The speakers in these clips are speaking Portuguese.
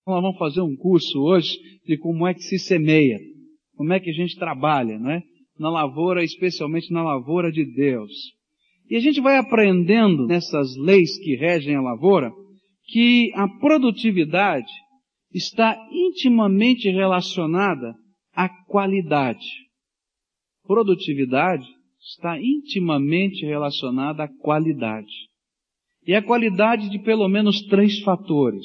Nós vamos fazer um curso hoje de como é que se semeia, como é que a gente trabalha, não é? Na lavoura, especialmente na lavoura de Deus. E a gente vai aprendendo nessas leis que regem a lavoura que a produtividade está intimamente relacionada à qualidade. Produtividade está intimamente relacionada à qualidade. E a qualidade de pelo menos 3 fatores.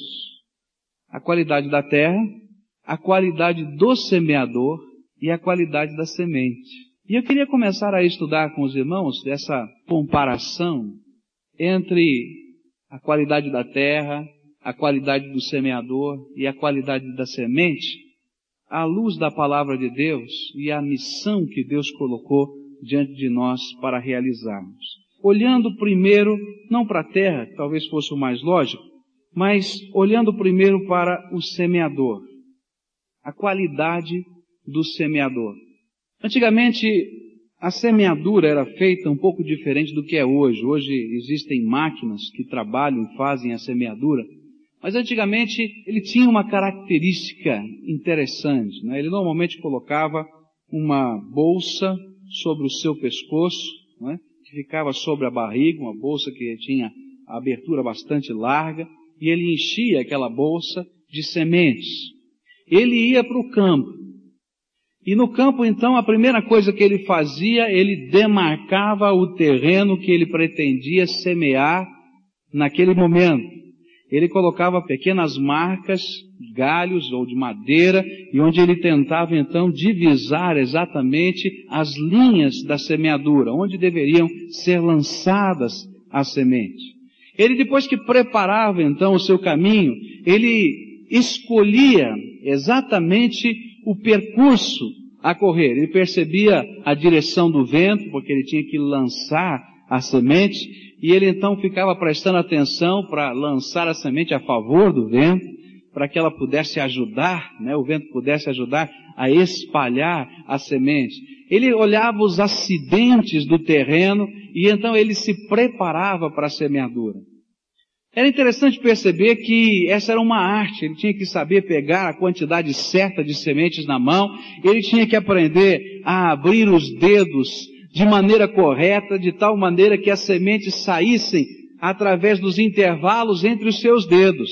A qualidade da terra, a qualidade do semeador e a qualidade da semente. E eu queria começar a estudar com os irmãos essa comparação entre a qualidade da terra, a qualidade do semeador e a qualidade da semente, à luz da palavra de Deus e a missão que Deus colocou diante de nós para realizarmos. Olhando primeiro, não para a terra, que talvez fosse o mais lógico, mas olhando primeiro para o semeador, a qualidade do semeador. Antigamente, a semeadura era feita um pouco diferente do que é hoje. Hoje existem máquinas que trabalham e fazem a semeadura, mas antigamente ele tinha uma característica interessante, né? Ele normalmente colocava uma bolsa sobre o seu pescoço, né? Que ficava sobre a barriga, uma bolsa que tinha a abertura bastante larga, e ele enchia aquela bolsa de sementes. Ele ia para o campo. E no campo, então, a primeira coisa que ele fazia, ele demarcava o terreno que ele pretendia semear naquele momento. Ele colocava pequenas marcas, galhos ou de madeira, e onde ele tentava, então, divisar exatamente as linhas da semeadura, onde deveriam ser lançadas as sementes. Ele, depois que preparava, então, o seu caminho, ele escolhia exatamente o percurso a correr. Ele percebia a direção do vento, porque ele tinha que lançar a semente, e ele então ficava prestando atenção para lançar a semente a favor do vento, para que ela pudesse ajudar, né, o vento pudesse ajudar a espalhar a semente. Ele olhava os acidentes do terreno e então ele se preparava para a semeadura. Era interessante perceber que essa era uma arte, ele tinha que saber pegar a quantidade certa de sementes na mão, ele tinha que aprender a abrir os dedos de maneira correta, de tal maneira que as sementes saíssem através dos intervalos entre os seus dedos.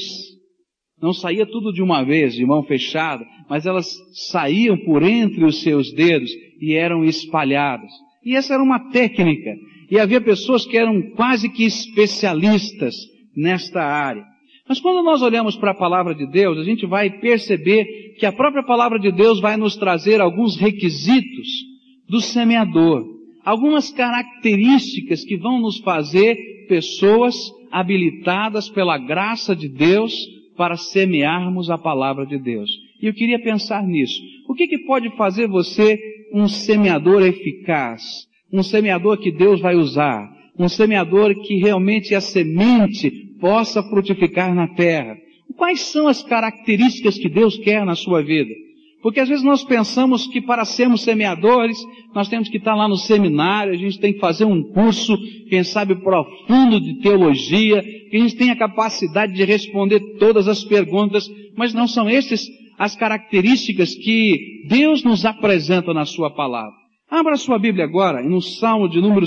Não saía tudo de uma vez, de mão fechada, mas elas saíam por entre os seus dedos e eram espalhadas. E essa era uma técnica. E havia pessoas que eram quase que especialistas nesta área. Mas quando nós olhamos para a palavra de Deus, a gente vai perceber que a própria palavra de Deus vai nos trazer alguns requisitos do semeador, algumas características que vão nos fazer pessoas habilitadas pela graça de Deus para semearmos a palavra de Deus. E eu queria pensar nisso. O que pode fazer você um semeador eficaz? Um semeador que Deus vai usar? Um semeador que realmente a semente possa frutificar na terra? Quais são as características que Deus quer na sua vida? Porque às vezes nós pensamos que para sermos semeadores, nós temos que estar lá no seminário, a gente tem que fazer um curso, quem sabe profundo de teologia, que a gente tenha a capacidade de responder todas as perguntas, mas não são essas as características que Deus nos apresenta na sua palavra. Abra sua Bíblia agora no Salmo de número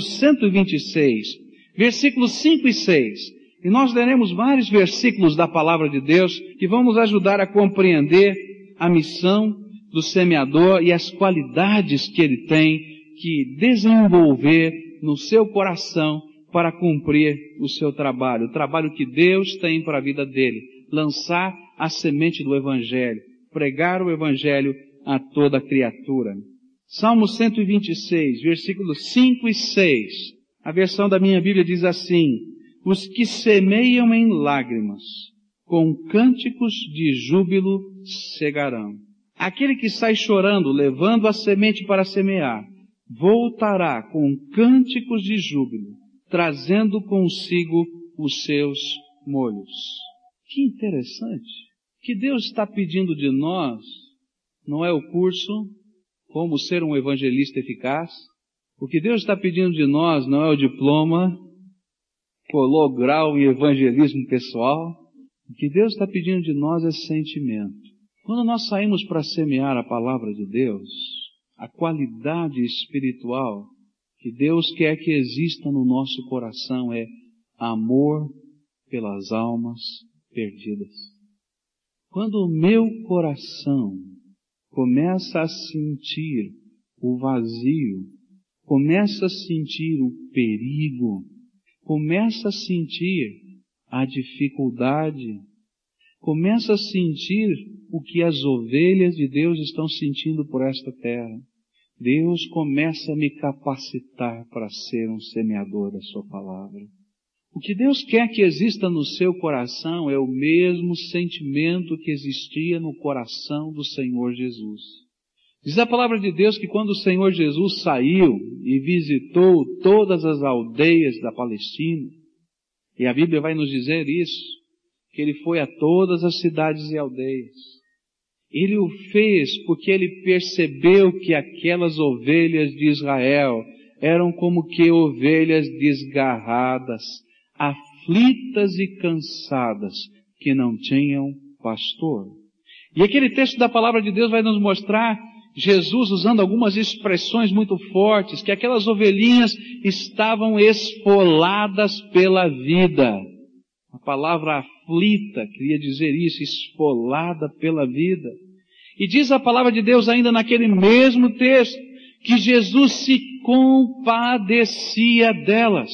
126, versículos 5 e 6. E nós leremos vários versículos da palavra de Deus que vão nos ajudar a compreender a missão do semeador e as qualidades que ele tem que desenvolver no seu coração para cumprir o seu trabalho, o trabalho que Deus tem para a vida dele, lançar a semente do Evangelho, pregar o Evangelho a toda criatura. Salmo 126, versículos 5 e 6, a versão da minha Bíblia diz assim: os que semeiam em lágrimas, com cânticos de júbilo cegarão. Aquele que sai chorando, levando a semente para semear, voltará com cânticos de júbilo, trazendo consigo os seus molhos. Que interessante! O que Deus está pedindo de nós não é o curso Como Ser um Evangelista Eficaz. O que Deus está pedindo de nós não é o diploma, colou grau em evangelismo pessoal. O que Deus está pedindo de nós é sentimento. Quando nós saímos para semear a palavra de Deus, a qualidade espiritual que Deus quer que exista no nosso coração é amor pelas almas perdidas. Quando o meu coração começa a sentir o vazio, começa a sentir o perigo, começa a sentir a dificuldade, começa a sentir o que as ovelhas de Deus estão sentindo por esta terra, Deus começa a me capacitar para ser um semeador da sua palavra. O que Deus quer que exista no seu coração é o mesmo sentimento que existia no coração do Senhor Jesus. Diz a palavra de Deus que quando o Senhor Jesus saiu e visitou todas as aldeias da Palestina, e a Bíblia vai nos dizer isso, que ele foi a todas as cidades e aldeias. Ele o fez porque ele percebeu que aquelas ovelhas de Israel eram como que ovelhas desgarradas, aflitas e cansadas, que não tinham pastor. E aquele texto da palavra de Deus vai nos mostrar Jesus usando algumas expressões muito fortes, que aquelas ovelhinhas estavam esfoladas pela vida. A palavra aflita queria dizer isso, esfolada pela vida. E diz a palavra de Deus ainda naquele mesmo texto, que Jesus se compadecia delas.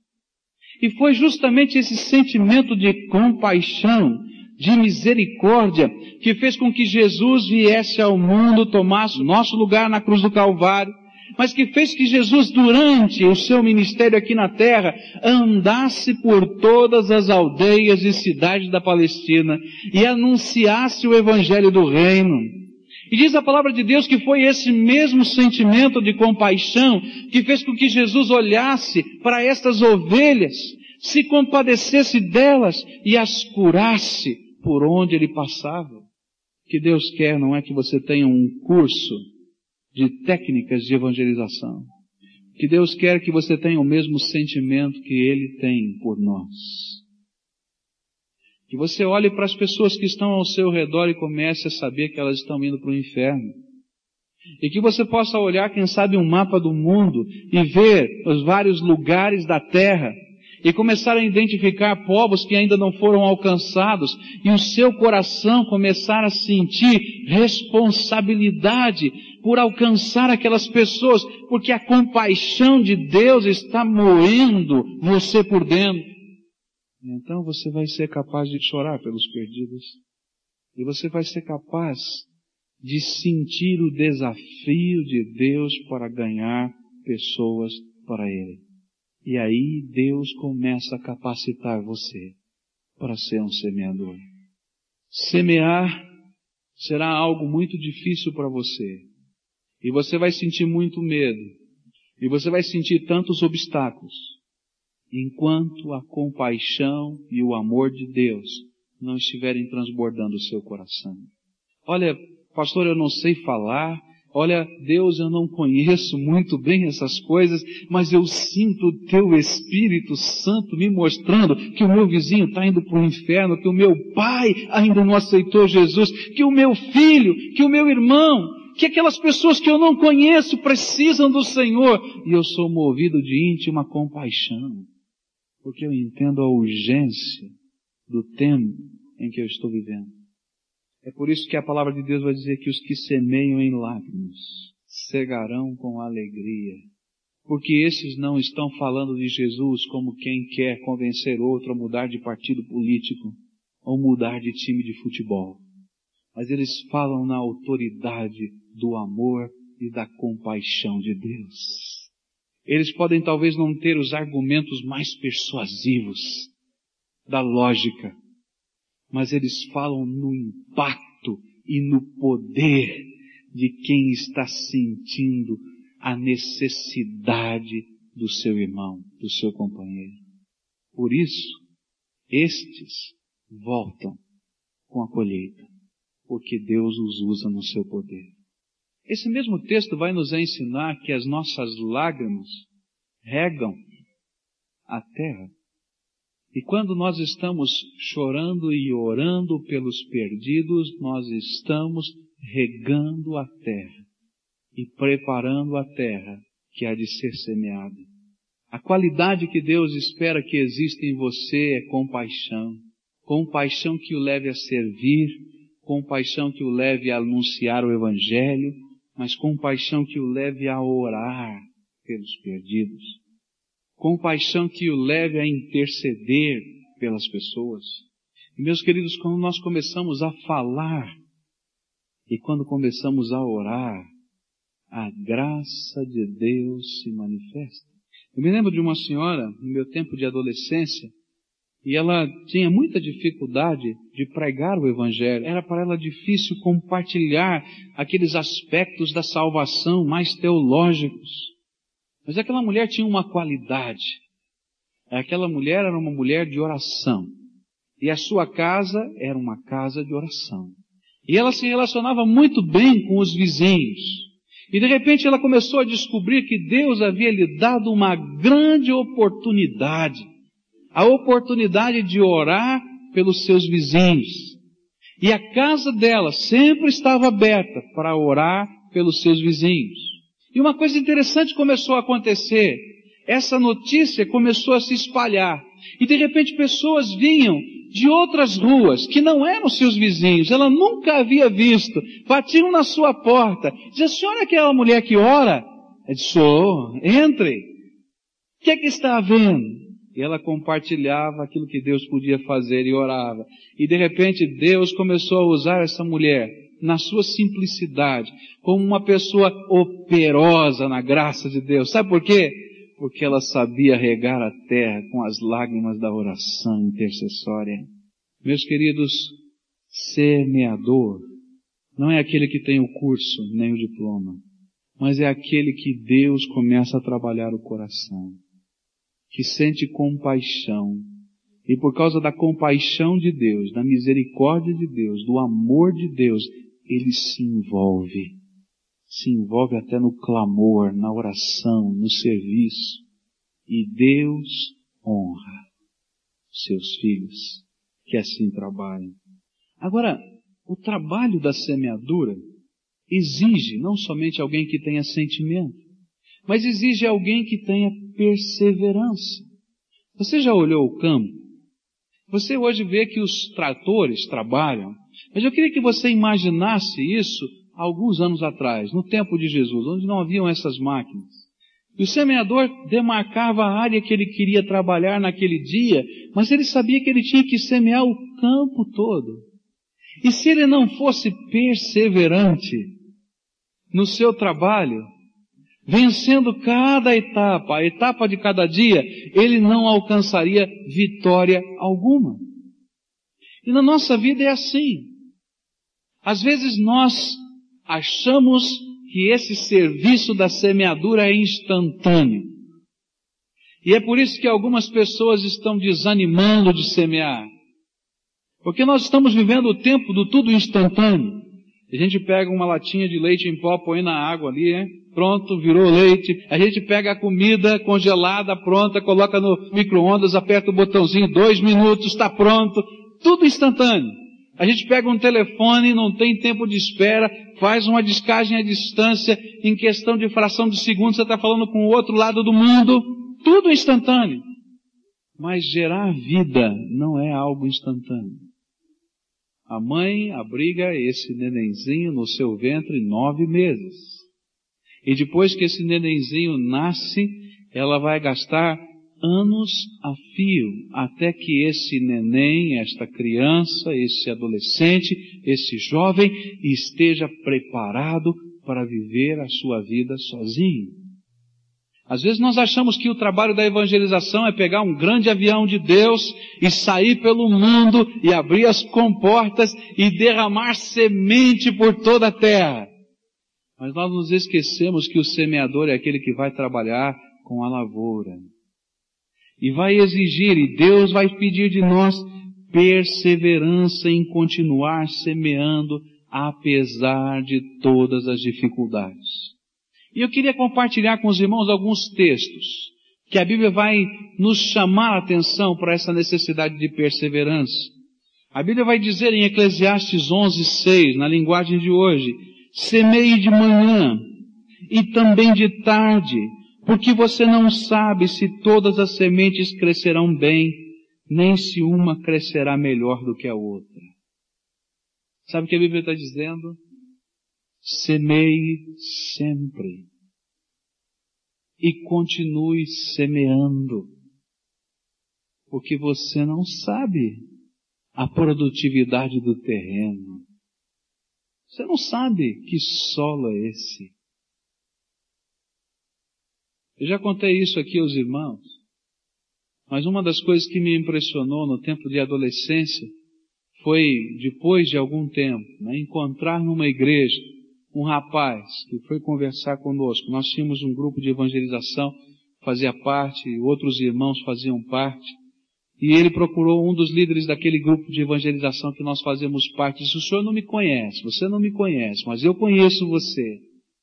E foi justamente esse sentimento de compaixão, de misericórdia, que fez com que Jesus viesse ao mundo, tomasse o nosso lugar na cruz do Calvário, mas que fez que Jesus, durante o seu ministério aqui na terra, andasse por todas as aldeias e cidades da Palestina e anunciasse o Evangelho do Reino. E diz a palavra de Deus que foi esse mesmo sentimento de compaixão que fez com que Jesus olhasse para estas ovelhas, se compadecesse delas e as curasse por onde ele passava. O que Deus quer não é que você tenha um curso de técnicas de evangelização. O que Deus quer é que você tenha o mesmo sentimento que ele tem por nós. Que você olhe para as pessoas que estão ao seu redor e comece a saber que elas estão indo para o inferno. E que você possa olhar, quem sabe, um mapa do mundo e ver os vários lugares da terra e começar a identificar povos que ainda não foram alcançados e o seu coração começar a sentir responsabilidade por alcançar aquelas pessoas, porque a compaixão de Deus está moendo você por dentro. Então você vai ser capaz de chorar pelos perdidos. E você vai ser capaz de sentir o desafio de Deus para ganhar pessoas para Ele. E aí Deus começa a capacitar você para ser um semeador. Semear será algo muito difícil para você. E você vai sentir muito medo. E você vai sentir tantos obstáculos. Enquanto a compaixão e o amor de Deus não estiverem transbordando o seu coração. Olha, pastor, eu não sei falar. Olha, Deus, eu não conheço muito bem essas coisas, mas eu sinto o Teu Espírito Santo me mostrando que o meu vizinho está indo para o inferno, que o meu pai ainda não aceitou Jesus, que o meu filho, que o meu irmão, que aquelas pessoas que eu não conheço precisam do Senhor. E eu sou movido de íntima compaixão, porque eu entendo a urgência do tempo em que eu estou vivendo. É por isso que a palavra de Deus vai dizer que os que semeiam em lágrimas cegarão com alegria. Porque esses não estão falando de Jesus como quem quer convencer outro a mudar de partido político ou mudar de time de futebol. Mas eles falam na autoridade do amor e da compaixão de Deus. Eles podem talvez não ter os argumentos mais persuasivos da lógica, mas eles falam no impacto e no poder de quem está sentindo a necessidade do seu irmão, do seu companheiro. Por isso, estes voltam com a colheita, porque Deus os usa no seu poder. Esse mesmo texto vai nos ensinar que as nossas lágrimas regam a terra E quando nós estamos chorando e orando pelos perdidos, nós estamos regando a terra e preparando a terra que há de ser semeada. A qualidade que Deus espera que exista em você é compaixão. Compaixão que o leve a servir, compaixão que o leve a anunciar o Evangelho, mas compaixão que o leve a orar pelos perdidos. Compaixão que o leve a interceder pelas pessoas. E, meus queridos, quando nós começamos a falar e quando começamos a orar, a graça de Deus se manifesta. Eu me lembro de uma senhora, no meu tempo de adolescência, e ela tinha muita dificuldade de pregar o Evangelho. Era para ela difícil compartilhar aqueles aspectos da salvação mais teológicos. Mas aquela mulher tinha uma qualidade. Aquela mulher era uma mulher de oração. E a sua casa era uma casa de oração. E ela se relacionava muito bem com os vizinhos. E de repente ela começou a descobrir que Deus havia lhe dado uma grande oportunidade. A oportunidade de orar pelos seus vizinhos. E a casa dela sempre estava aberta para orar pelos seus vizinhos. E uma coisa interessante começou a acontecer. Essa notícia começou a se espalhar. E de repente pessoas vinham de outras ruas, que não eram seus vizinhos, ela nunca havia visto, batiam na sua porta, diziam: a senhora é aquela mulher que ora? Ela disse: sou, entre. O que é que está havendo? E ela compartilhava aquilo que Deus podia fazer e orava. E de repente Deus começou a usar essa mulher, na sua simplicidade, como uma pessoa operosa na graça de Deus. Sabe por quê? Porque ela sabia regar a terra com as lágrimas da oração intercessória. Meus queridos, semeador não é aquele que tem o curso, nem o diploma, mas é aquele que Deus começa a trabalhar o coração, que sente compaixão, e por causa da compaixão de Deus, da misericórdia de Deus, do amor de Deus, ele se envolve até no clamor, na oração, no serviço. E Deus honra os seus filhos que assim trabalham. Agora, o trabalho da semeadura exige não somente alguém que tenha sentimento, mas exige alguém que tenha perseverança. Você já olhou o campo? Você hoje vê que os tratores trabalham, mas eu queria que você imaginasse isso alguns anos atrás, no tempo de Jesus, onde não haviam essas máquinas. E o semeador demarcava a área que ele queria trabalhar naquele dia, mas ele sabia que ele tinha que semear o campo todo. E se ele não fosse perseverante no seu trabalho, vencendo cada etapa, a etapa de cada dia, ele não alcançaria vitória alguma. E na nossa vida é assim. Às vezes nós achamos que esse serviço da semeadura é instantâneo. E é por isso que algumas pessoas estão desanimando de semear. Porque nós estamos vivendo o tempo do tudo instantâneo. A gente pega uma latinha de leite em pó, põe na água ali, né? Pronto, virou leite. A gente pega a comida congelada, pronta, coloca no micro-ondas, aperta o botãozinho, 2 minutos, está pronto. Tudo instantâneo. A gente pega um telefone, não tem tempo de espera, faz uma descagem à distância, em questão de fração de segundo, você está falando com o outro lado do mundo. Tudo instantâneo. Mas gerar vida não é algo instantâneo. A mãe abriga esse nenenzinho no seu ventre 9 meses. E depois que esse nenenzinho nasce, ela vai gastar anos a fio, até que esse neném, esta criança, esse adolescente, esse jovem, esteja preparado para viver a sua vida sozinho. Às vezes nós achamos que o trabalho da evangelização é pegar um grande avião de Deus e sair pelo mundo e abrir as comportas e derramar semente por toda a terra. Mas nós nos esquecemos que o semeador é aquele que vai trabalhar com a lavoura. E vai exigir, e Deus vai pedir de nós, perseverança em continuar semeando, apesar de todas as dificuldades. E eu queria compartilhar com os irmãos alguns textos que a Bíblia vai nos chamar a atenção para essa necessidade de perseverança. A Bíblia vai dizer em Eclesiastes 11:6, na linguagem de hoje, semeie de manhã e também de tarde, porque você não sabe se todas as sementes crescerão bem, nem se uma crescerá melhor do que a outra. Sabe o que a Bíblia está dizendo? Semeie sempre. E continue semeando. Porque você não sabe a produtividade do terreno. Você não sabe que solo é esse. Eu já contei isso aqui aos irmãos, mas uma das coisas que me impressionou no tempo de adolescência foi, depois de algum tempo, encontrar numa igreja um rapaz que foi conversar conosco. Nós tínhamos um grupo de evangelização, fazia parte, outros irmãos faziam parte, e ele procurou um dos líderes daquele grupo de evangelização que nós fazemos parte, e disse: o senhor não me conhece, você não me conhece, mas eu conheço você.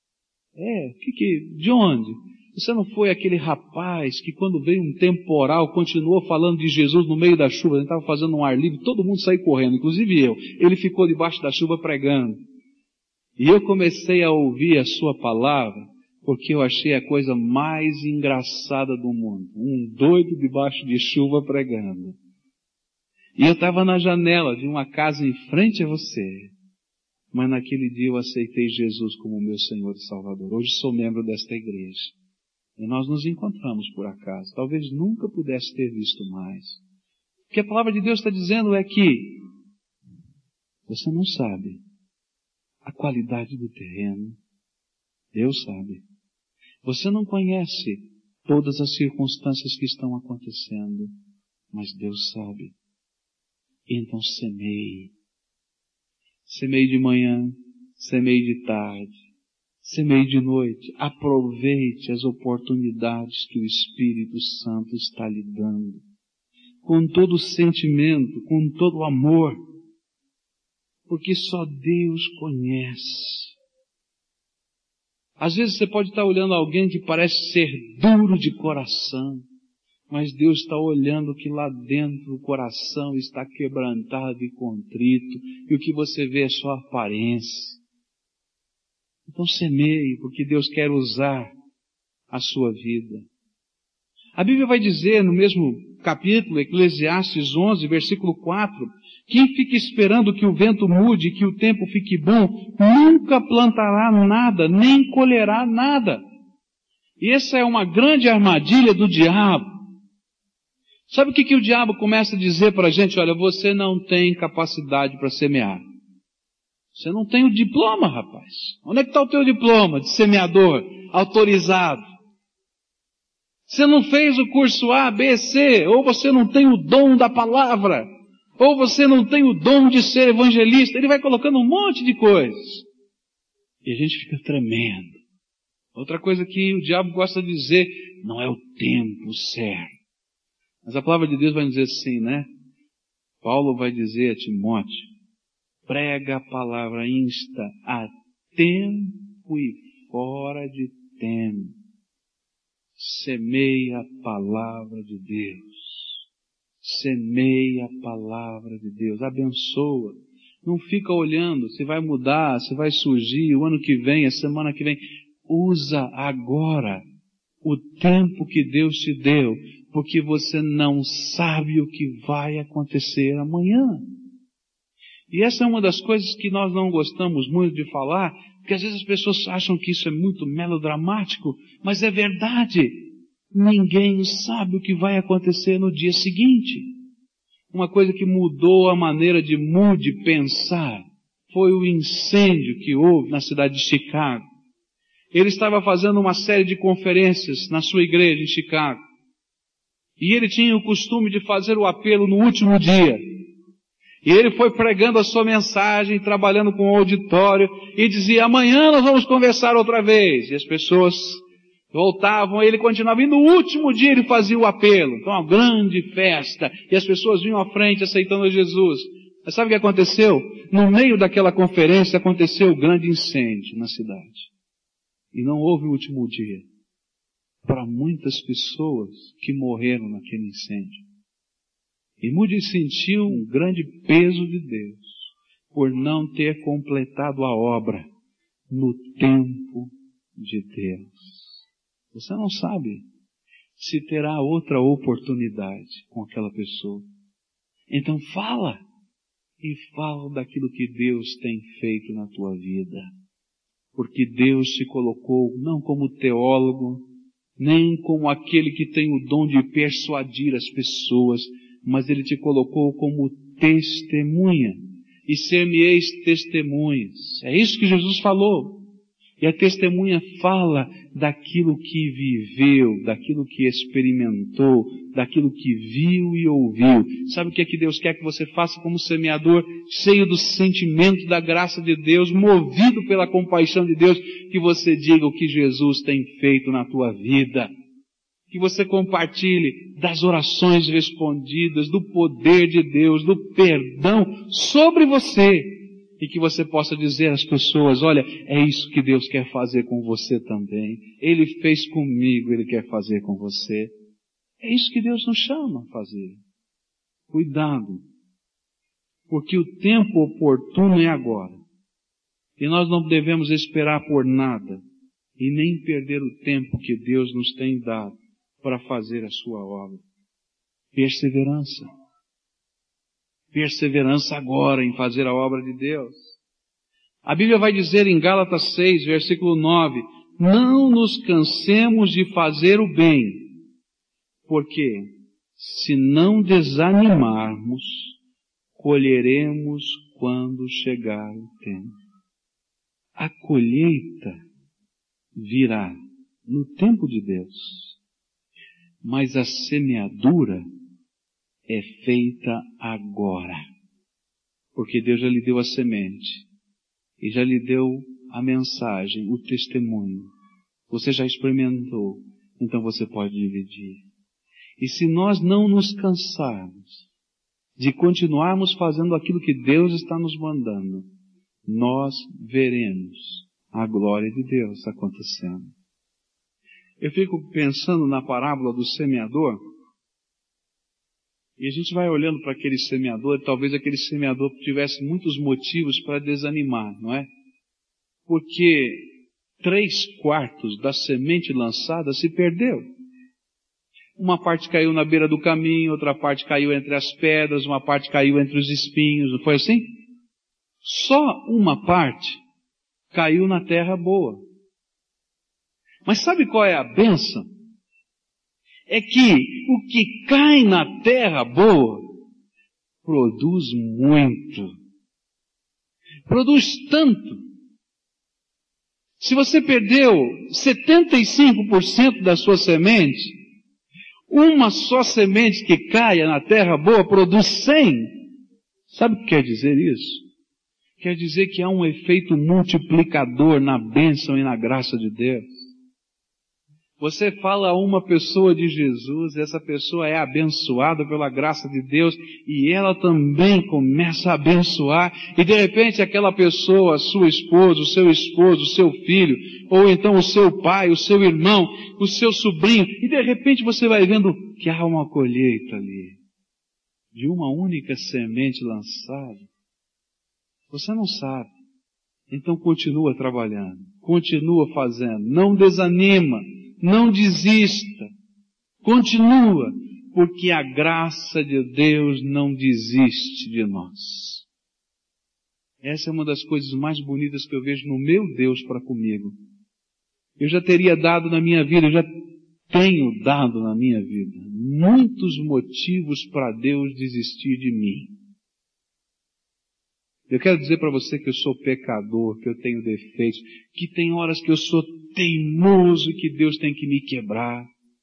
De onde? Você não foi aquele rapaz que quando veio um temporal continuou falando de Jesus no meio da chuva? Ele estava fazendo um ar livre, todo mundo saiu correndo, inclusive eu. Ele ficou debaixo da chuva pregando. E eu comecei a ouvir a sua palavra, porque eu achei a coisa mais engraçada do mundo. Um doido debaixo de chuva pregando. E eu estava na janela de uma casa em frente a você. Mas naquele dia eu aceitei Jesus como meu Senhor e Salvador. Hoje sou membro desta igreja. E nós nos encontramos por acaso. Talvez nunca pudesse ter visto mais. O que a palavra de Deus está dizendo é que você não sabe a qualidade do terreno. Deus sabe. Você não conhece todas as circunstâncias que estão acontecendo, mas Deus sabe. Então semeie. Semeie de manhã, semeie de tarde, semeie de noite. Aproveite as oportunidades que o Espírito Santo está lhe dando. Com todo o sentimento, com todo o amor. Porque só Deus conhece. Às vezes você pode estar olhando alguém que parece ser duro de coração, mas Deus está olhando que lá dentro o coração está quebrantado e contrito, e o que você vê é só aparência. Então semeie, porque Deus quer usar a sua vida. A Bíblia vai dizer no mesmo capítulo, Eclesiastes 11, versículo 4, quem fica esperando que o vento mude, que o tempo fique bom, nunca plantará nada, nem colherá nada. E essa é uma grande armadilha do diabo. Sabe o que o diabo começa a dizer para a gente? Olha, você não tem capacidade para semear. Você não tem o diploma, rapaz. Onde é que está o teu diploma de semeador autorizado? Você não fez o curso A, B, C, ou você não tem o dom da palavra, ou você não tem o dom de ser evangelista. Ele vai colocando um monte de coisas. E a gente fica tremendo. Outra coisa que o diabo gosta de dizer, não é o tempo certo. Mas a palavra de Deus vai dizer assim, Paulo vai dizer a Timóteo, prega a palavra, insta a tempo e fora de tempo. Semeia a palavra de Deus. Semeia a palavra de Deus. Abençoa. Não fica olhando se vai mudar, se vai surgir o ano que vem, a semana que vem. Usa agora o tempo que Deus te deu, porque você não sabe o que vai acontecer amanhã. E essa é uma das coisas que nós não gostamos muito de falar, porque às vezes as pessoas acham que isso é muito melodramático, mas é verdade. Ninguém sabe o que vai acontecer no dia seguinte. Uma coisa que mudou a maneira de Moody pensar foi o incêndio que houve na cidade de Chicago. Ele estava fazendo uma série de conferências na sua igreja em Chicago. E ele tinha o costume de fazer o apelo no último dia. E ele foi pregando a sua mensagem, trabalhando com o auditório, e dizia, amanhã nós vamos conversar outra vez. E as pessoas voltavam, ele continuava, e no último dia ele fazia o apelo. Então, uma grande festa, e as pessoas vinham à frente aceitando Jesus. Mas sabe o que aconteceu? No meio daquela conferência aconteceu um grande incêndio na cidade. E não houve o último dia. para muitas pessoas que morreram naquele incêndio. E Moody sentiu um grande peso de Deus por não ter completado a obra no tempo de Deus. Você não sabe se terá outra oportunidade com aquela pessoa. Então fala, e fala daquilo que Deus tem feito na tua vida. Porque Deus te colocou não como teólogo, nem como aquele que tem o dom de persuadir as pessoas, mas Ele te colocou como testemunha. E ser-me-eis testemunhas. É isso que Jesus falou. E a testemunha fala daquilo que viveu, daquilo que experimentou, daquilo que viu e ouviu. Sabe o que é que Deus quer que você faça como semeador, cheio do sentimento da graça de Deus, movido pela compaixão de Deus, que você diga o que Jesus tem feito na tua vida. Que você compartilhe das orações respondidas, do poder de Deus, do perdão sobre você. E que você possa dizer às pessoas, olha, é isso que Deus quer fazer com você também. Ele fez comigo, Ele quer fazer com você. É isso que Deus nos chama a fazer. Cuidado. Porque o tempo oportuno é agora. E nós não devemos esperar por nada. E nem perder o tempo que Deus nos tem dado para fazer a sua obra. Perseverança. Perseverança agora em fazer a obra de Deus. A Bíblia vai dizer em Gálatas 6, versículo 9, não nos cansemos de fazer o bem, porque se não desanimarmos, colheremos quando chegar o tempo. A colheita virá no tempo de Deus, mas a semeadura é feita agora. Porque Deus já lhe deu a semente. E já lhe deu a mensagem, o testemunho. Você já experimentou. Então você pode dividir. E se nós não nos cansarmos de continuarmos fazendo aquilo que Deus está nos mandando, nós veremos a glória de Deus acontecendo. Eu fico pensando na parábola do semeador. E a gente vai olhando para aquele semeador, e talvez aquele semeador tivesse muitos motivos para desanimar, não é? Porque 3/4 da semente lançada se perdeu. Uma parte caiu na beira do caminho, outra parte caiu entre as pedras, uma parte caiu entre os espinhos, não foi assim? Só uma parte caiu na terra boa. Mas sabe qual é a bênção? É que o que cai na terra boa produz muito. Produz tanto. Se você perdeu 75% da sua semente, uma só semente que caia na terra boa produz 100. Sabe o que quer dizer isso? Quer dizer que há um efeito multiplicador na bênção e na graça de Deus. Você fala a uma pessoa de Jesus, essa pessoa é abençoada pela graça de Deus e ela também começa a abençoar e de repente aquela pessoa, a sua esposa, o seu filho, ou então o seu pai, o seu irmão, o seu sobrinho, e de repente você vai vendo que há uma colheita ali, de uma única semente lançada. Você não sabe. Então continua trabalhando, continua fazendo, não desanima. Não desista. Continua. Porque a graça de Deus não desiste de nós. Essa é uma das coisas mais bonitas que eu vejo no meu Deus para comigo. Eu já teria dado na minha vida, eu já tenho dado na minha vida muitos motivos para Deus desistir de mim. Eu quero dizer para você que eu sou pecador, que eu tenho defeitos, que tem horas que eu sou teimoso e que Deus tem que me quebrar.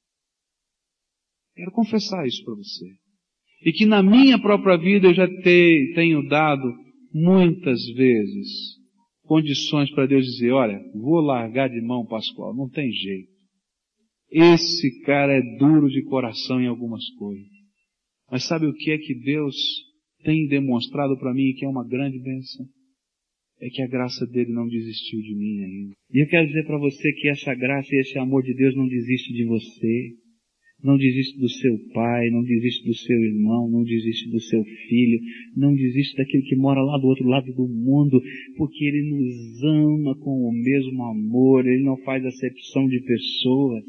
Quero confessar isso para você. E que na minha própria vida eu já tenho dado muitas vezes condições para Deus dizer, olha, vou largar de mão Pascoal, não tem jeito. Esse cara é duro de coração em algumas coisas. Mas sabe o que é que Deus tem demonstrado para mim que é uma grande bênção? é que a graça dele não desistiu de mim ainda. E eu quero dizer para você que essa graça e esse amor de Deus não desiste de você. Não desiste do seu pai, não desiste do seu irmão, não desiste do seu filho, não desiste daquele que mora lá do outro lado do mundo, porque Ele nos ama com o mesmo amor, Ele não faz acepção de pessoas.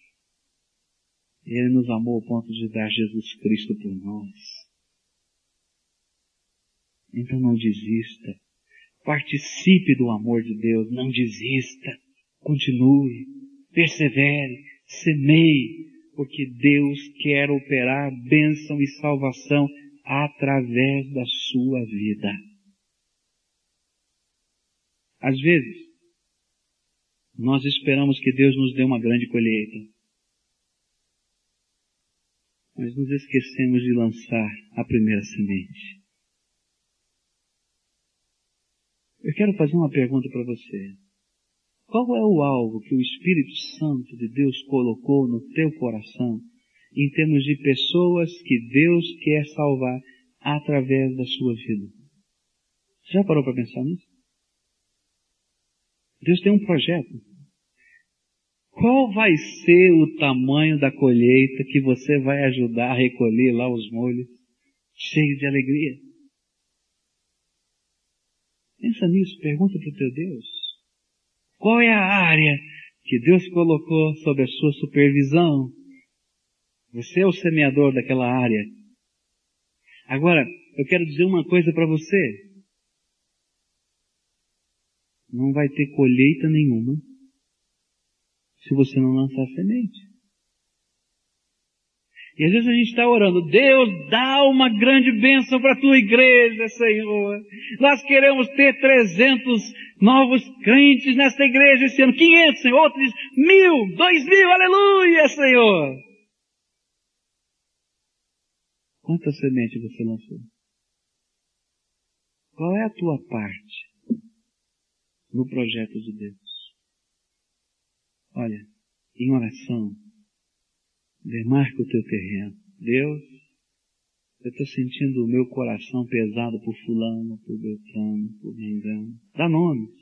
Ele nos amou ao ponto de dar Jesus Cristo por nós. Então não desista. Participe do amor de Deus, não desista. Continue, persevere, semeie, porque Deus quer operar bênção e salvação através da sua vida. Às vezes, nós esperamos que Deus nos dê uma grande colheita, mas nos esquecemos de lançar a primeira semente. Eu quero fazer uma pergunta para você. Qual é o alvo que o Espírito Santo de Deus colocou no teu coração em termos de pessoas que Deus quer salvar através da sua vida? Já parou para pensar nisso? Deus tem um projeto. Qual vai ser o tamanho da colheita que você vai ajudar a recolher lá os molhos, cheios de alegria? Pensa nisso, pergunta para o teu Deus. Qual é a área que Deus colocou sob a sua supervisão? Você é o semeador daquela área. Agora, eu quero dizer uma coisa para você. Não vai ter colheita nenhuma se você não lançar semente. E às vezes a gente está orando, Deus, dá uma grande bênção para a tua igreja, Senhor. Nós queremos ter 300 novos crentes nesta igreja esse ano, 500, Senhor. Outro diz, 1000, 2000, aleluia, Senhor. Quanta semente você lançou? Qual é a tua parte no projeto de Deus? Olha, em oração, demarca o teu terreno. Deus, eu estou sentindo o meu coração pesado por fulano, por Beltrano, por Mengano. Dá nomes.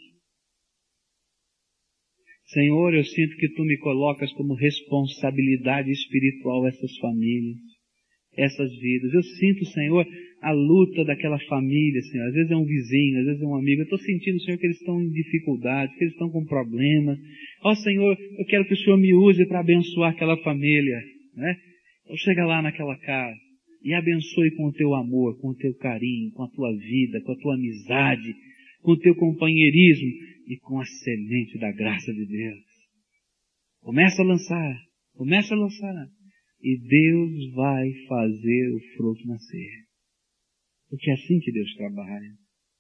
Senhor, eu sinto que Tu me colocas como responsabilidade espiritual essas famílias, essas vidas. Eu sinto, Senhor, a luta daquela família, Senhor. Às vezes é um vizinho, às vezes é um amigo. Eu estou sentindo, Senhor, que eles estão em dificuldades, que eles estão com problemas. Ó Senhor, eu quero que o Senhor me use para abençoar aquela família, né? Então chega lá naquela casa e abençoe com o Teu amor, com o Teu carinho, com a Tua vida, com a Tua amizade, com o Teu companheirismo e com a semente da graça de Deus. Começa a lançar, começa a lançar. E Deus vai fazer o fruto nascer. Porque é assim que Deus trabalha.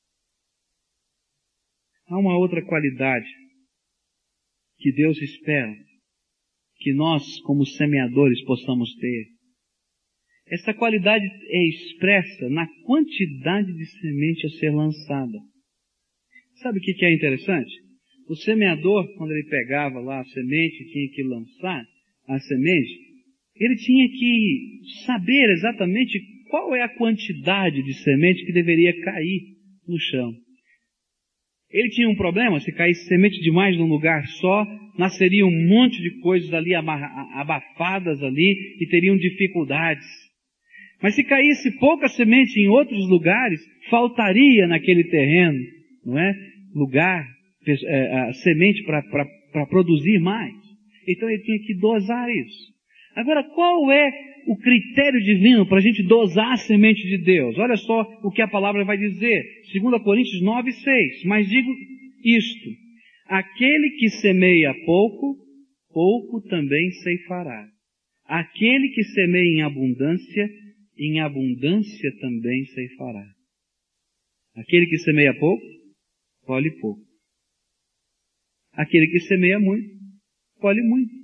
Há uma outra qualidade que Deus espera que nós, como semeadores, possamos ter. Essa qualidade é expressa na quantidade de semente a ser lançada. Sabe o que é interessante? O semeador, quando ele pegava lá a semente e tinha que lançar a semente, ele tinha que saber exatamente qual é a quantidade de semente que deveria cair no chão. Ele tinha um problema, se caísse semente demais num lugar só, nasceria um monte de coisas ali abafadas ali e teriam dificuldades. Mas se caísse pouca semente em outros lugares, faltaria naquele terreno, não é? Lugar, semente para produzir mais. Então ele tinha que dosar isso. Agora, qual é o critério divino para a gente dosar a semente de Deus? Olha só o que a palavra vai dizer. 2 Coríntios 9:6. Mas digo isto: aquele que semeia pouco, pouco também ceifará. Aquele que semeia em abundância também ceifará. Aquele que semeia pouco, colhe pouco. Aquele que semeia muito, colhe muito.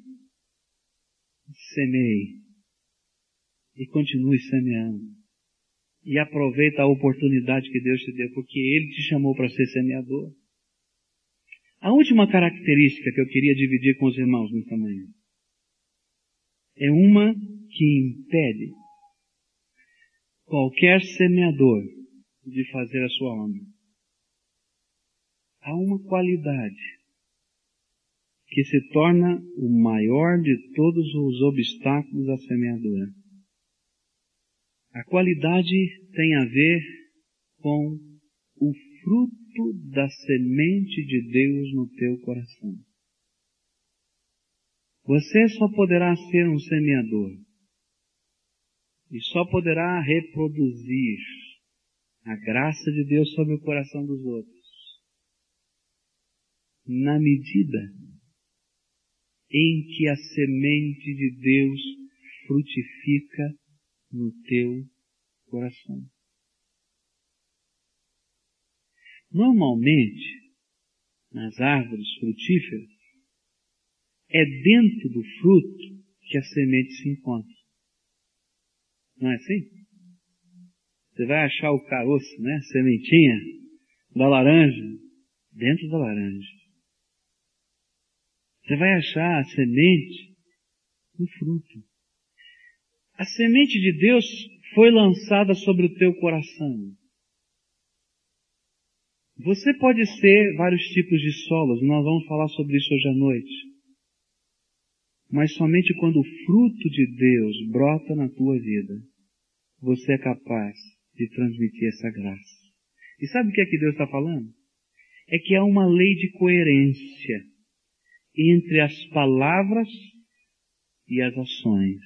Semeie e continue semeando e aproveita a oportunidade que Deus te deu, porque Ele te chamou para ser semeador. A última característica que eu queria dividir com os irmãos nesta manhã é uma que impede qualquer semeador de fazer a sua obra. há uma qualidade que se torna o maior de todos os obstáculos à semeadura. A qualidade tem a ver com o fruto da semente de Deus no teu coração. Você só poderá ser um semeador e só poderá reproduzir a graça de Deus sobre o coração dos outros na medida em que a semente de Deus frutifica no teu coração. Normalmente, nas árvores frutíferas, é dentro do fruto que a semente se encontra. Não é assim? Você vai achar o caroço, né? Sementinha da laranja, dentro da laranja. Você vai achar a semente no fruto. A semente de Deus foi lançada sobre o teu coração. Você pode ser vários tipos de solos, nós vamos falar sobre isso hoje à noite. Mas somente quando o fruto de Deus brota na tua vida, você é capaz de transmitir essa graça. E sabe o que é que Deus está falando? É que há uma lei de coerência entre as palavras e as ações.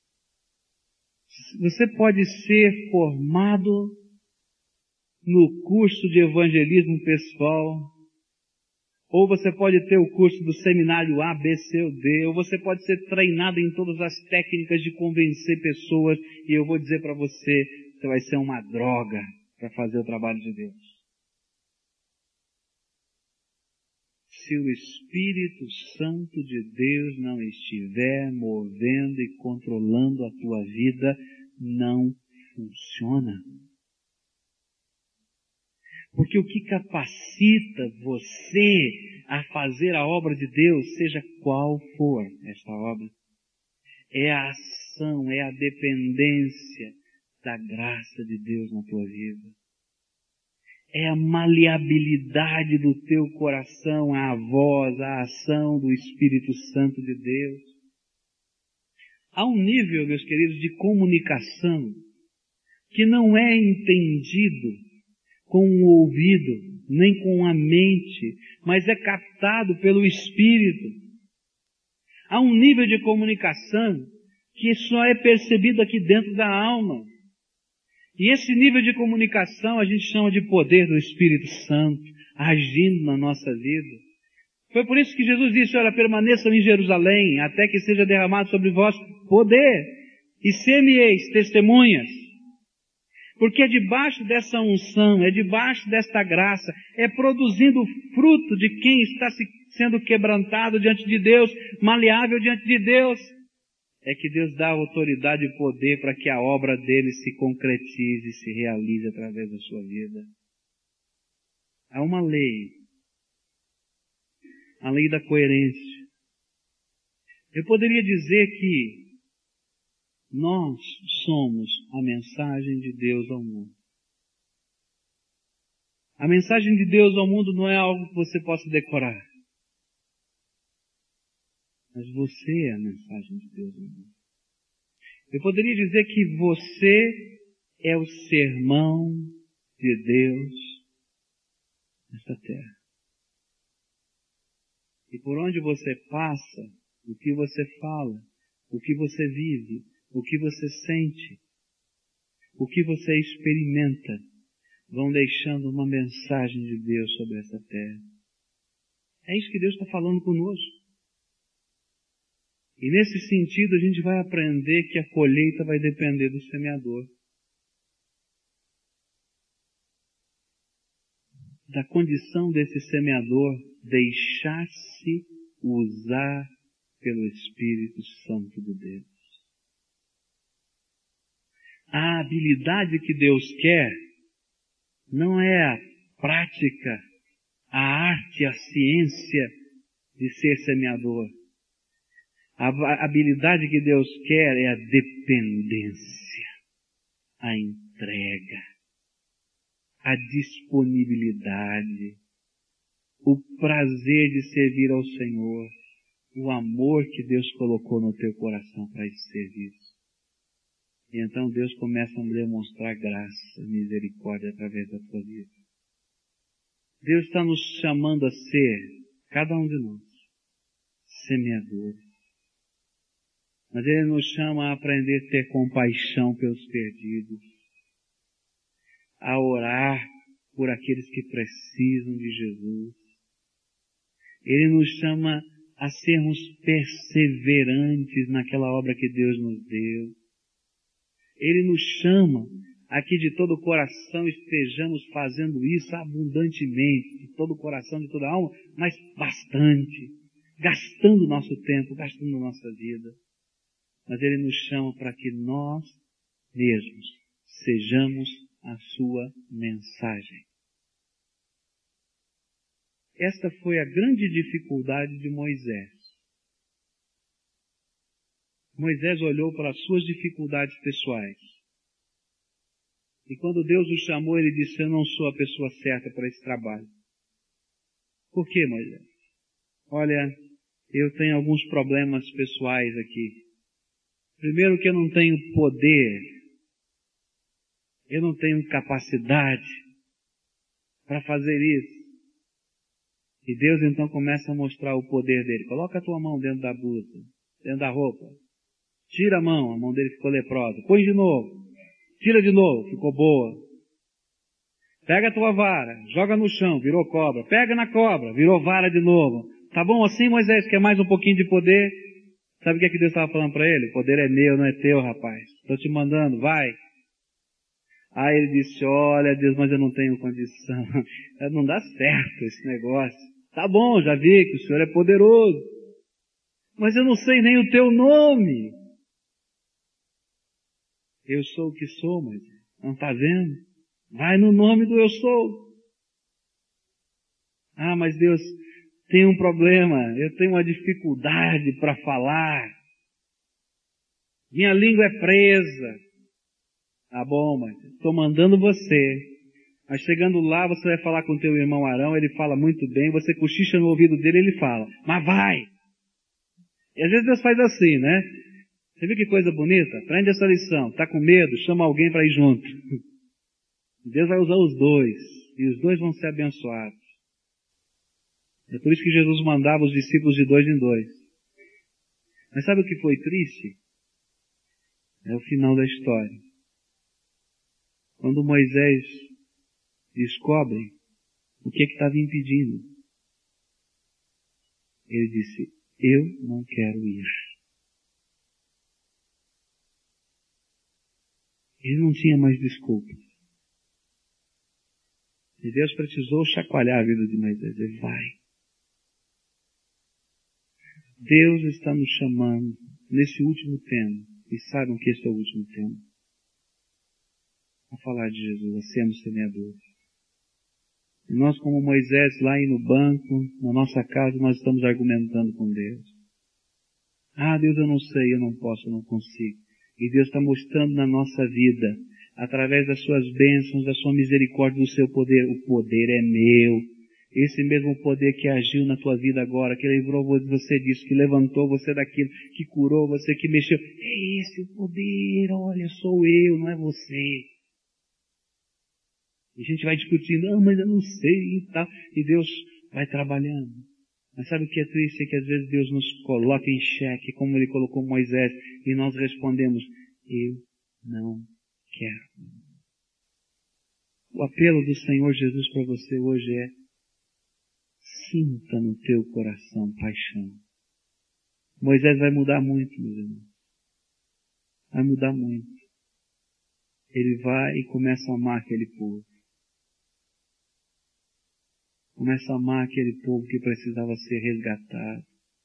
Você pode ser formado no curso de evangelismo pessoal, ou você pode ter o curso do seminário A, B, C ou D, ou você pode ser treinado em todas as técnicas de convencer pessoas, e eu vou dizer para você, você vai ser uma droga para fazer o trabalho de Deus. Se o Espírito Santo de Deus não estiver movendo e controlando a tua vida, não funciona. Porque o que capacita você a fazer a obra de Deus, seja qual for esta obra, é a ação, é a dependência da graça de Deus na tua vida. É a maleabilidade do teu coração, a voz, a ação do Espírito Santo de Deus. Há um nível, meus queridos, de comunicação que não é entendido com o ouvido, nem com a mente, mas é captado pelo Espírito. Há um nível de comunicação que só é percebido aqui dentro da alma. E esse nível de comunicação a gente chama de poder do Espírito Santo, agindo na nossa vida. Foi por isso que Jesus disse, olha, permaneçam em Jerusalém, até que seja derramado sobre vós poder, e ser-me-eis testemunhas. Porque é debaixo dessa unção, é debaixo desta graça, é produzindo o fruto de quem está sendo quebrantado diante de Deus, maleável diante de Deus, é que Deus dá autoridade e poder para que a obra dele se concretize e se realize através da sua vida. Há uma lei, a lei da coerência. Eu poderia dizer que nós somos a mensagem de Deus ao mundo. A mensagem de Deus ao mundo não é algo que você possa decorar. Mas você é a mensagem de Deus ao mundo. Eu poderia dizer que você é o sermão de Deus nesta terra. E por onde você passa, o que você fala, o que você vive, o que você sente, o que você experimenta, vão deixando uma mensagem de Deus sobre essa terra. É isso que Deus está falando conosco. E nesse sentido a gente vai aprender que a colheita vai depender do semeador. Da condição desse semeador deixar-se usar pelo Espírito Santo de Deus. A habilidade que Deus quer não é a prática, a arte, a ciência de ser semeador. A habilidade que Deus quer é a dependência, a entrega, a disponibilidade, o prazer de servir ao Senhor, o amor que Deus colocou no teu coração para esse serviço. E então Deus começa a demonstrar graça, misericórdia através da tua vida. Deus está nos chamando a ser, cada um de nós, semeadores. Mas Ele nos chama a aprender a ter compaixão pelos perdidos, a orar por aqueles que precisam de Jesus. Ele nos chama a sermos perseverantes naquela obra que Deus nos deu. Ele nos chama a que de todo o coração estejamos fazendo isso abundantemente, de todo o coração, de toda a alma, mas bastante, gastando nosso tempo, gastando nossa vida. Mas Ele nos chama para que nós mesmos sejamos a sua mensagem. Esta foi a grande dificuldade de Moisés. Moisés olhou para as suas dificuldades pessoais. E quando Deus o chamou, ele disse: eu não sou a pessoa certa para esse trabalho. Por quê, Moisés? Olha, eu tenho alguns problemas pessoais aqui. Primeiro que eu não tenho poder, eu não tenho capacidade para fazer isso. E Deus então começa a mostrar o poder dele. Coloca a tua mão dentro da blusa, dentro da roupa. Tira a mão dele ficou leprosa. Põe de novo. Tira de novo, ficou boa. Pega a tua vara, joga no chão, virou cobra. Pega na cobra, virou vara de novo. Tá bom assim, Moisés? Quer mais um pouquinho de poder? Sabe o que é que Deus estava falando para ele? O poder é meu, não é teu, rapaz. Estou te mandando, vai. Aí ele disse: olha, Deus, mas eu não tenho condição. Não dá certo esse negócio. Tá bom, já vi que o Senhor é poderoso. Mas eu não sei nem o teu nome. Eu sou o que sou, mas não está vendo? Vai no nome do eu sou. Ah, mas Deus, tem um problema. Eu tenho uma dificuldade para falar. Minha língua é presa. Tá bom, mas estou mandando você. Mas chegando lá, você vai falar com o teu irmão Arão, ele fala muito bem, você cochicha no ouvido dele, ele fala. Mas vai! E às vezes Deus faz assim, né? Você viu que coisa bonita? Aprende essa lição. Está com medo? Chama alguém para ir junto. Deus vai usar os dois. E os dois vão ser abençoados. É por isso que Jesus mandava os discípulos de 2 em 2. Mas sabe o que foi triste? É o final da história. Quando Moisés descobre o que estava impedindo, ele disse: eu não quero ir. Ele não tinha mais desculpa. E Deus precisou chacoalhar a vida de Moisés. Ele vai. Deus está nos chamando nesse último tempo. E sabem que este é o último tempo. A falar de Jesus, a sermos semeadores. E nós, como Moisés, lá no banco, na nossa casa, nós estamos argumentando com Deus. Ah, Deus, eu não sei, eu não posso, eu não consigo. E Deus está mostrando na nossa vida, através das suas bênçãos, da sua misericórdia, do seu poder. O poder é meu. Esse mesmo poder que agiu na tua vida agora, que livrou você disso, que levantou você daquilo, que curou você, que mexeu. É esse o poder, olha, sou eu, não é você. E a gente vai discutindo, mas eu não sei e tal. E Deus vai trabalhando. Mas sabe o que é triste? É que às vezes Deus nos coloca em xeque, como Ele colocou Moisés, e nós respondemos: eu não quero. O apelo do Senhor Jesus para você hoje é: sinta no teu coração paixão. Moisés vai mudar muito, meus irmãos. Vai mudar muito. Ele vai e começa a amar aquele povo. Começa a amar aquele povo que precisava ser resgatado.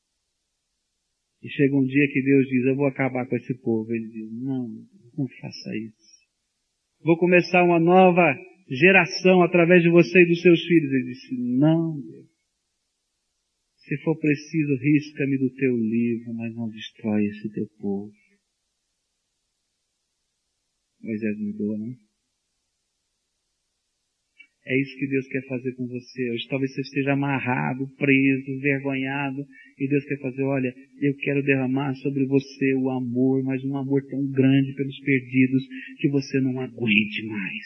E chega um dia que Deus diz: eu vou acabar com esse povo. Ele diz: não faça isso. Vou começar uma nova geração através de você e dos seus filhos. Ele disse: não, Deus. Se for preciso, risca-me do teu livro, mas não destrói esse teu povo. Moisés mudou, né? É isso que Deus quer fazer com você hoje. Talvez você esteja amarrado, preso, envergonhado, e Deus quer fazer, olha, eu quero derramar sobre você o amor, mas um amor tão grande pelos perdidos que você não aguente mais.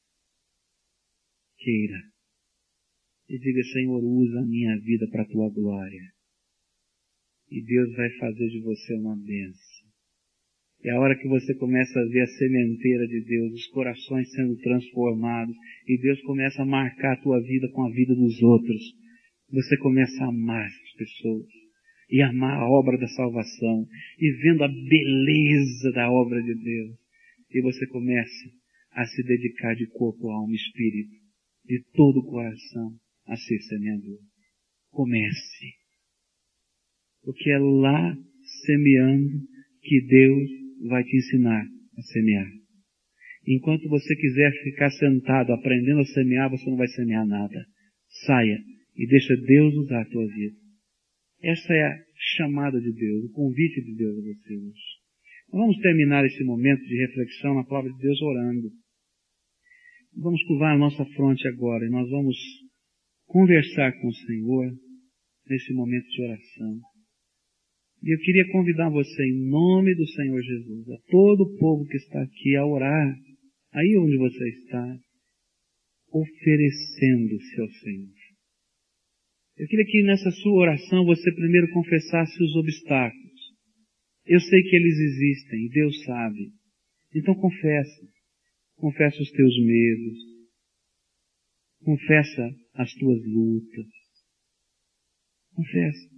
Queira. E diga, Senhor, usa a minha vida para a tua glória. E Deus vai fazer de você uma bênção. É a hora que você começa a ver a sementeira de Deus, os corações sendo transformados, e Deus começa a marcar a tua vida com a vida dos outros. Você começa a amar as pessoas, e amar a obra da salvação, e vendo a beleza da obra de Deus. E você começa a se dedicar de corpo, alma e espírito, de todo o coração, a ser semeador. Comece. Porque é lá, semeando, que Deus vai te ensinar a semear. Enquanto você quiser ficar sentado aprendendo a semear, você não vai semear nada. Saia e deixa Deus usar a tua vida. Essa é a chamada de Deus, o convite de Deus a você hoje. Vamos terminar esse momento de reflexão na palavra de Deus orando. Vamos curvar a nossa fronte agora e nós vamos conversar com o Senhor nesse momento de oração. E eu queria convidar você, em nome do Senhor Jesus, a todo o povo que está aqui a orar, aí onde você está, oferecendo-se ao Senhor. Eu queria que nessa sua oração você primeiro confessasse os obstáculos. Eu sei que eles existem, e Deus sabe. Então confessa. Confessa os teus medos. Confessa as tuas lutas. Confessa.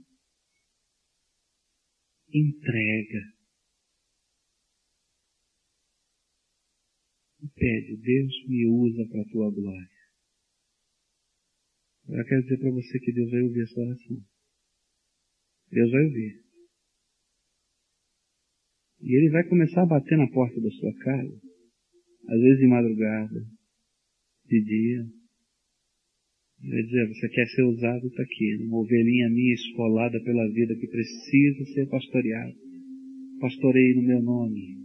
Entrega. E pede, Deus me usa para a tua glória. Eu quero dizer para você que Deus vai ouvir a sua oração. Deus vai ouvir. E Ele vai começar a bater na porta da sua casa. Às vezes de madrugada, de dia. Ele vai dizer, você quer ser usado, está aqui. Uma ovelhinha minha esfolada pela vida que precisa ser pastoreada. Pastorei no meu nome.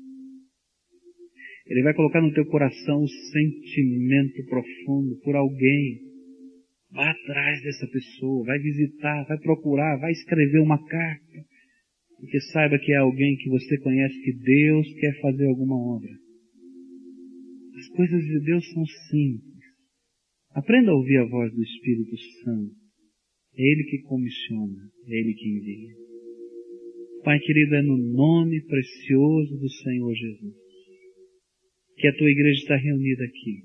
Ele vai colocar no teu coração um sentimento profundo por alguém. Vai atrás dessa pessoa, vai visitar, vai procurar, vai escrever uma carta. Porque saiba que é alguém que você conhece, que Deus quer fazer alguma obra. As coisas de Deus são simples. Aprenda a ouvir a voz do Espírito Santo. É Ele que comissiona, é Ele que envia. Pai querido, é no nome precioso do Senhor Jesus que a tua igreja está reunida aqui.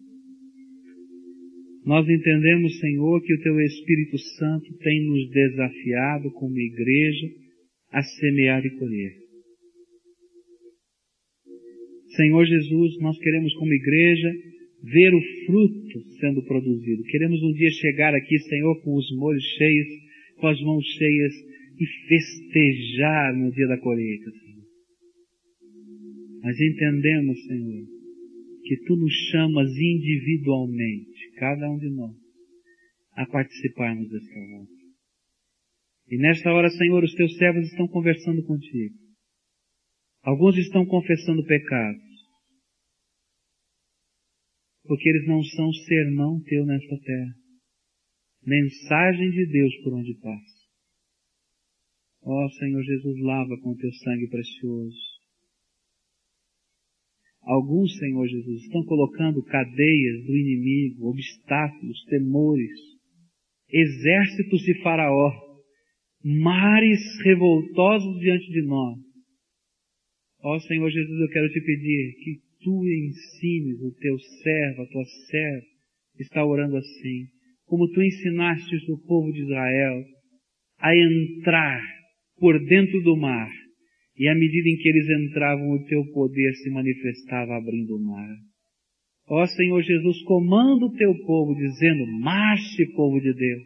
Nós entendemos, Senhor, que o teu Espírito Santo tem nos desafiado como igreja a semear e colher. Senhor Jesus, nós queremos como igreja ver o fruto sendo produzido. Queremos um dia chegar aqui, Senhor, com os molhos cheios, com as mãos cheias e festejar no dia da colheita, Senhor. Mas entendemos, Senhor, que Tu nos chamas individualmente, cada um de nós, a participarmos desta obra. E nesta hora, Senhor, os Teus servos estão conversando contigo. Alguns estão confessando pecados, porque eles não são sermão Teu nesta terra. Mensagem de Deus por onde passa. Ó Senhor Jesus, lava com o Teu sangue precioso. Alguns, Senhor Jesus, estão colocando cadeias do inimigo, obstáculos, temores, exércitos de Faraó, mares revoltosos diante de nós. Ó Senhor Jesus, eu quero te pedir que Tu ensines o Teu servo, a Tua serva, está orando assim, como Tu ensinastes o povo de Israel a entrar por dentro do mar, e à medida em que eles entravam, o Teu poder se manifestava abrindo o mar. Ó Senhor Jesus, comanda o Teu povo, dizendo, marche, povo de Deus.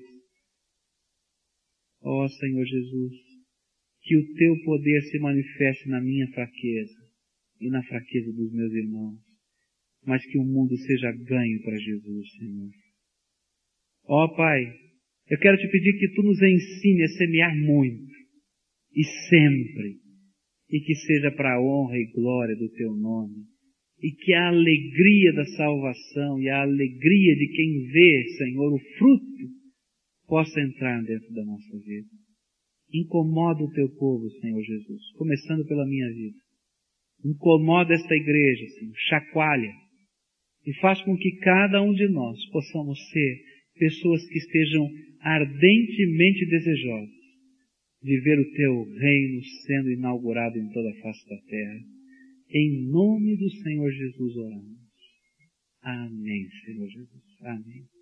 Ó Senhor Jesus, que o Teu poder se manifeste na minha fraqueza e na fraqueza dos meus irmãos, mas que o mundo seja ganho para Jesus, Senhor. Ó Pai, eu quero te pedir que Tu nos ensine a semear muito e sempre, e que seja para a honra e glória do Teu nome, e que a alegria da salvação e a alegria de quem vê, Senhor, o fruto, possa entrar dentro da nossa vida. Incomoda o teu povo, Senhor Jesus, começando pela minha vida. Incomoda esta igreja, Senhor, chacoalha, e faz com que cada um de nós possamos ser pessoas que estejam ardentemente desejosas de ver o teu reino sendo inaugurado em toda a face da terra. Em nome do Senhor Jesus oramos. Amém, Senhor Jesus. Amém.